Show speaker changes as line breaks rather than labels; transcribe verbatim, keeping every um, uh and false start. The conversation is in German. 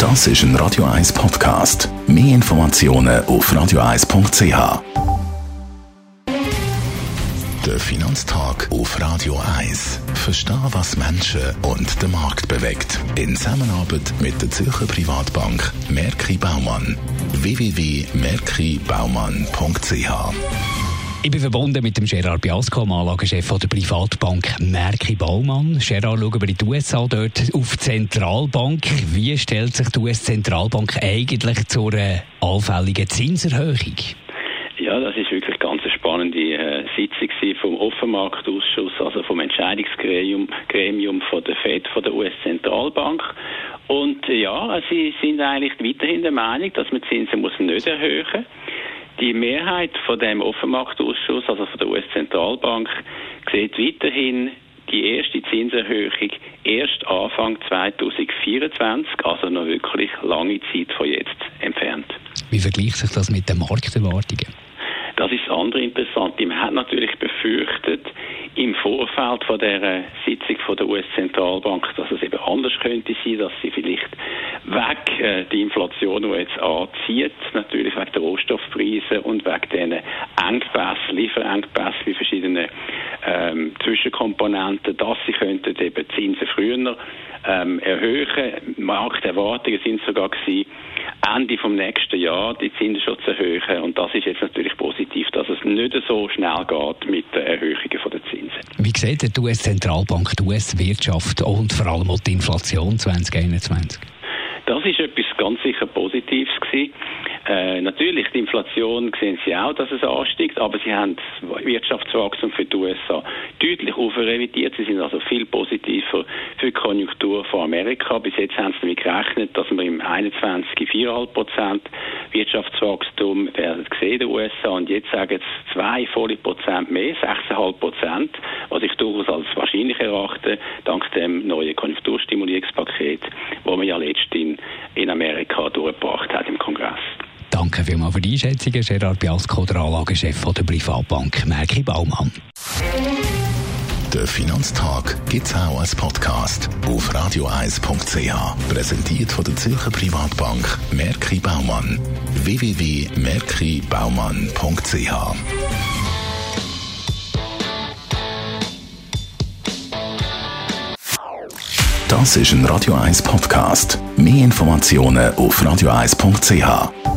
Das ist ein Radio eins Podcast. Mehr Informationen auf radio eins punkt c h. Der Finanztag auf Radio eins. Verstehen, was Menschen und den Markt bewegt. In Zusammenarbeit mit der Zürcher Privatbank Merki Baumann. w w w punkt merki baumann punkt c h.
Ich bin verbunden mit dem Gerard Biasco, dem Anlagechef der Privatbank Merki Baumann. Gerard, schauen wir in die U S A, dort auf die Zentralbank. Wie stellt sich die U S-Zentralbank eigentlich zur äh, allfälligen Zinserhöhung?
Ja, das ist wirklich ganz eine spannende äh, Sitzung vom Offenmarktausschuss, also vom Entscheidungsgremium Gremium von der Fed, von der U S-Zentralbank. Und äh, ja, sie sind eigentlich weiterhin der Meinung, dass man Zinsen muss nicht erhöhen muss. Die Mehrheit von dem Offenmarktausschuss, also von der U S-Zentralbank, sieht weiterhin die erste Zinserhöhung erst Anfang zwanzig vierundzwanzig, also noch wirklich lange Zeit von jetzt entfernt.
Wie vergleicht sich das mit den Markterwartungen?
Das ist das andere Interessante. Man hat natürlich befürchtet, im Vorfeld von dieser Sitzung von der U S-Zentralbank, dass es eben anders könnte sein, dass sie vielleicht weg äh, die Inflation, die jetzt anzieht, natürlich wegen der Rohstoffpreise und wegen diesen Engpässen, Lieferengpässen bei verschiedenen ähm, Zwischenkomponenten, dass sie könnten eben Zinsen früher ähm, erhöhen. Markterwartungen sind sogar gewesen, Ende vom nächsten Jahr die Zinsen schon zu erhöhen. Und das ist jetzt natürlich positiv, dass es nicht so schnell geht mit den Erhöhungen der Zinsen.
Wie sieht die U S-Zentralbank die U S-Wirtschaft und vor allem auch die Inflation zwanzig einundzwanzig?
Das ist etwas ganz sicher Positives gewesen. Äh, natürlich, die Inflation sehen Sie auch, dass es ansteigt, aber Sie haben das Wirtschaftswachstum für die U S A deutlich aufrevidiert. Sie sind also viel positiver für die Konjunktur von Amerika. Bis jetzt haben Sie damit gerechnet, dass wir im einundzwanzig vier Komma fünf Prozent Wirtschaftswachstum werden sehen in den U S A, und jetzt sagen es zwei volle Prozent mehr, sechs Komma fünf Prozent, was ich durchaus als wahrscheinlich erachte, dank dem neuen Konjunkturstimulierungspaket, das man ja letztens in Amerika durchgebracht hat im Kongress.
Danke vielmals für die Einschätzungen, Gerard Biasco, der Anlagechef der Privatbank Merki Baumann.
Der Finanztag gibt es auch als Podcast auf radio eins punkt c h. Präsentiert von der Zürcher Privatbank Merki Baumann. w w w punkt merki baumann punkt c h. Das ist ein Radio eins Podcast. Mehr Informationen auf radio eins punkt c h.